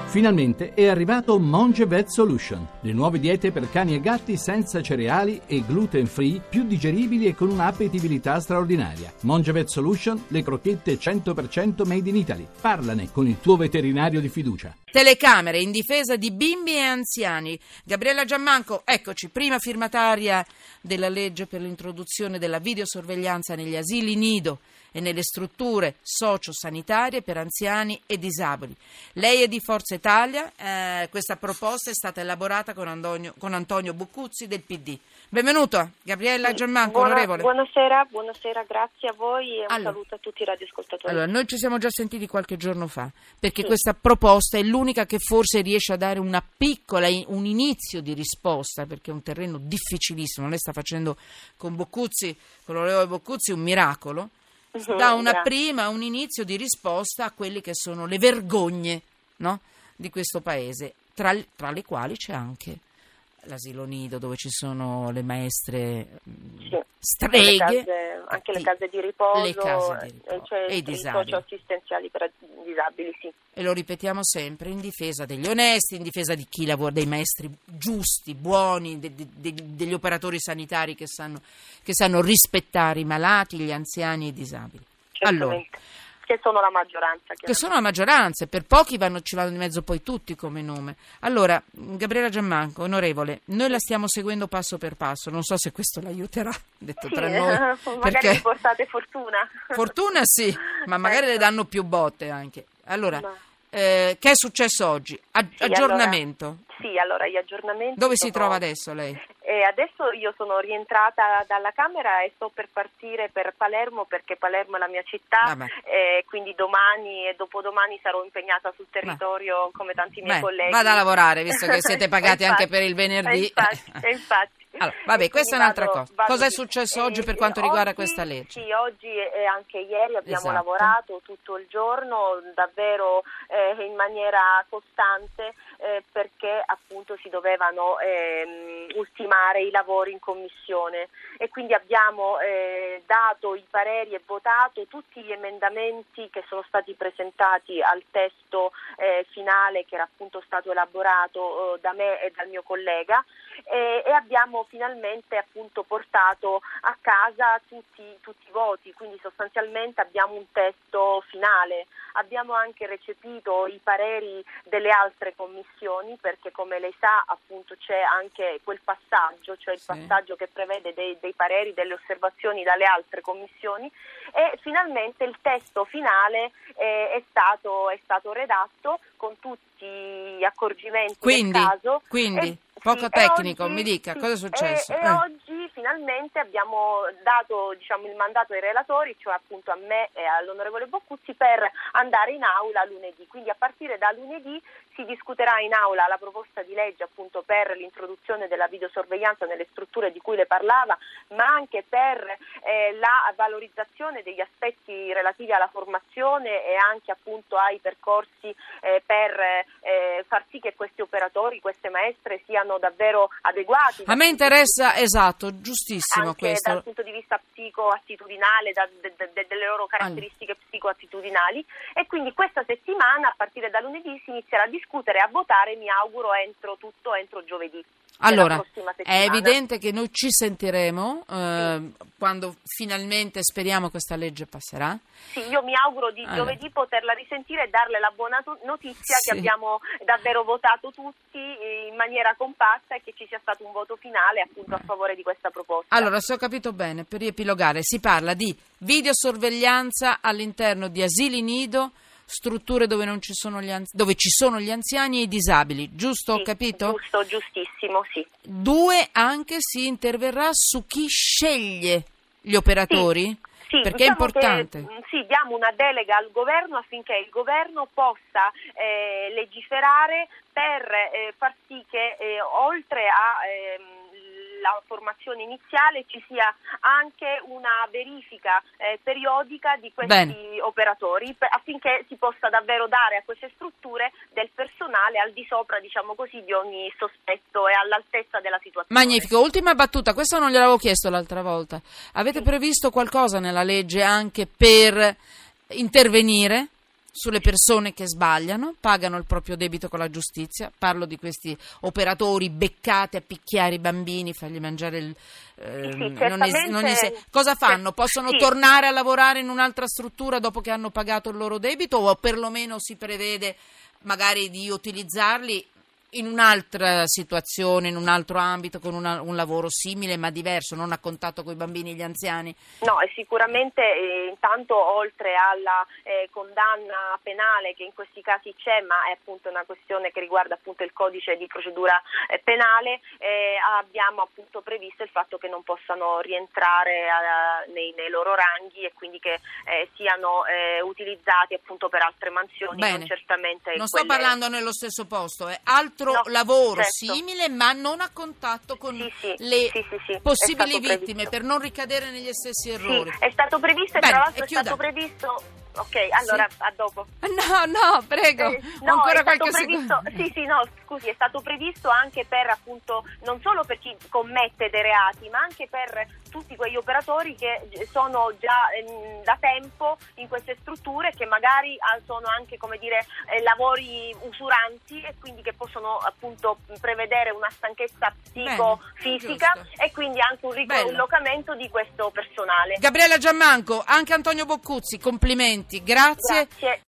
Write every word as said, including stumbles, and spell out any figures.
Finalmente è arrivato Monge Vet Solution, le nuove diete per cani e gatti senza cereali e gluten free, più digeribili e con un'appetibilità straordinaria. Monge Vet Solution, le crocchette cento per cento made in Italy. Parlane con il tuo veterinario di fiducia. Telecamere in difesa di bimbi e anziani. Gabriella Giammanco, eccoci, prima firmataria della legge per l'introduzione della videosorveglianza negli asili nido e nelle strutture sociosanitarie per anziani e disabili. Lei è di Forza Italia, eh, questa proposta è stata elaborata con Antonio, con Antonio Boccuzzi del P D. Benvenuto, Gabriella Giammanco, Buona, onorevole. Buonasera, buonasera, grazie a voi e un allora, saluto a tutti i radioascoltatori. Allora, noi ci siamo già sentiti qualche giorno fa, perché sì. questa proposta è l'unica che forse riesce a dare una piccola, un inizio di risposta, perché è un terreno difficilissimo. Lei sta facendo con Boccuzzi, con l'onorevole Boccuzzi, un miracolo. Da una Grazie. prima, un inizio di risposta a quelle che sono le vergogne, no, di questo paese, tra, tra le quali c'è anche l'asilo nido dove ci sono le maestre sì. streghe, le case, anche le case di riposo, le case di riposo cioè e i disabili socio-assistenziali per disabili, sì. E lo ripetiamo sempre, in difesa degli onesti, in difesa di chi lavora, dei maestri giusti, buoni, de, de, de, degli operatori sanitari che sanno, che sanno rispettare i malati, gli anziani e i disabili. Certamente. Allora, che sono la maggioranza. Che sono la maggioranza, per pochi vanno, ci vanno di mezzo poi tutti come nome. Allora, Gabriella Giammanco, onorevole, noi la stiamo seguendo passo per passo, non so se questo l'aiuterà, detto sì, tra noi. Magari perché... vi portate fortuna. Fortuna sì, ma magari ecco. Le danno più botte anche. Allora, no. eh, che è successo oggi? Ag- sì, aggiornamento. Allora, sì, allora gli aggiornamenti. Dove sono... si trova adesso lei? E adesso io sono rientrata dalla Camera e sto per partire per Palermo perché Palermo è la mia città, e quindi domani e dopodomani sarò impegnata sul territorio Beh. come tanti miei Beh, colleghi. Vada a lavorare visto che siete pagati infatti, anche per il venerdì. Infatti, infatti. Allora, vabbè, questa è un'altra vado, cosa. Vado cosa è di... successo eh, oggi per quanto oggi, riguarda questa legge? Sì, oggi e anche ieri abbiamo esatto. lavorato tutto il giorno, davvero eh, in maniera costante, eh, perché appunto si dovevano eh, ultimare i lavori in commissione e quindi abbiamo eh, dato i pareri e votato tutti gli emendamenti che sono stati presentati al testo eh, finale che era appunto stato elaborato eh, da me e dal mio collega. E, e abbiamo finalmente appunto portato a casa tutti, tutti i voti, quindi sostanzialmente abbiamo un testo finale. Abbiamo anche recepito i pareri delle altre commissioni perché come lei sa appunto c'è anche quel passaggio, cioè il sì. passaggio che prevede dei, dei pareri, delle osservazioni dalle altre commissioni e finalmente il testo finale eh, è stato, è stato redatto con tutti gli accorgimenti quindi, del caso. Quindi. E, Poco sì, tecnico, oggi, mi dica, sì, cosa è successo? E, e eh. oggi finalmente abbiamo dato diciamo, il mandato ai relatori, cioè appunto a me e all'onorevole Boccuzzi, per andare in aula lunedì. Quindi a partire da lunedì si discuterà in aula la proposta di legge appunto per l'introduzione della videosorveglianza nelle strutture di cui le parlava, ma anche per eh, la valorizzazione degli aspetti relativi alla formazione e anche appunto ai percorsi eh, per eh, far sì che questi operatori, queste maestre siano davvero adeguati. A me interessa, esatto, giustissimo anche questo. dal punto di vista psicoattitudinale, da, de, de, de, delle loro caratteristiche allora. psicoattitudinali e quindi questa settimana, a partire da lunedì, si inizierà a discutere e a votare, mi auguro, entro tutto, entro giovedì. Allora, è evidente che noi ci sentiremo eh, sì. quando finalmente speriamo questa legge passerà. Sì, io mi auguro di allora. giovedì poterla risentire e darle la buona notizia sì. che abbiamo davvero votato tutti in maniera compatta e che ci sia stato un voto finale appunto a favore di questa proposta. Allora, se ho capito bene, per riepilogare, si parla di videosorveglianza all'interno di asili nido, strutture dove non ci sono gli anzi- dove ci sono gli anziani e i disabili, giusto? Sì, ho capito? Giusto, giustissimo, sì. Due, anche si interverrà su chi sceglie gli operatori? Sì. Sì, perché diciamo è importante. Che, sì, diamo una delega al governo affinché il governo possa eh, legiferare per eh, far sì che eh, oltre a ehm, la formazione iniziale ci sia anche una verifica eh, periodica di questi Bene. operatori per, affinché si possa davvero dare a queste strutture del personale al di sopra, diciamo così, di ogni sospetto e all'altezza della situazione. Magnifico. Ultima battuta, questo non gliel'avevo chiesto l'altra volta. Avete sì. previsto qualcosa nella legge anche per intervenire sulle persone che sbagliano, pagano il proprio debito con la giustizia. Parlo di questi operatori beccati a picchiare i bambini, fargli mangiare il... Eh, sì, non es- non es- cosa fanno? Possono sì. tornare a lavorare in un'altra struttura dopo che hanno pagato il loro debito, o perlomeno si prevede magari di utilizzarli in un'altra situazione, in un altro ambito, con una, un lavoro simile ma diverso, non a contatto con i bambini e gli anziani? No, e sicuramente eh, intanto oltre alla eh, condanna penale che in questi casi c'è, ma è appunto una questione che riguarda appunto il codice di procedura eh, penale, eh, abbiamo appunto previsto il fatto che non possano rientrare a, nei, nei loro ranghi e quindi che eh, siano eh, utilizzati appunto per altre mansioni. Bene. Non certamente non quelle... sto parlando nello stesso posto, è altro No, lavoro certo. simile ma non a contatto con sì, sì, le sì, sì, sì, possibili è stato vittime previsto. per non ricadere negli stessi errori. Sì, è stato previsto e Bene, tra l'altro e è chiuda. stato previsto. Ok, allora Sì. a dopo. No, no, prego. Eh, Ho no, ancora è stato qualche previsto, secondo. sì, sì, no, scusi, è stato previsto anche per appunto non solo per chi commette dei reati, ma anche per tutti quegli operatori che sono già ehm, da tempo in queste strutture, che magari ah, sono anche, come dire, eh, lavori usuranti e quindi che possono appunto prevedere una stanchezza psicofisica. Bene, e quindi anche un ricollocamento di questo personale. Gabriella Giammanco, anche Antonio Boccuzzi, complimenti, grazie. Grazie.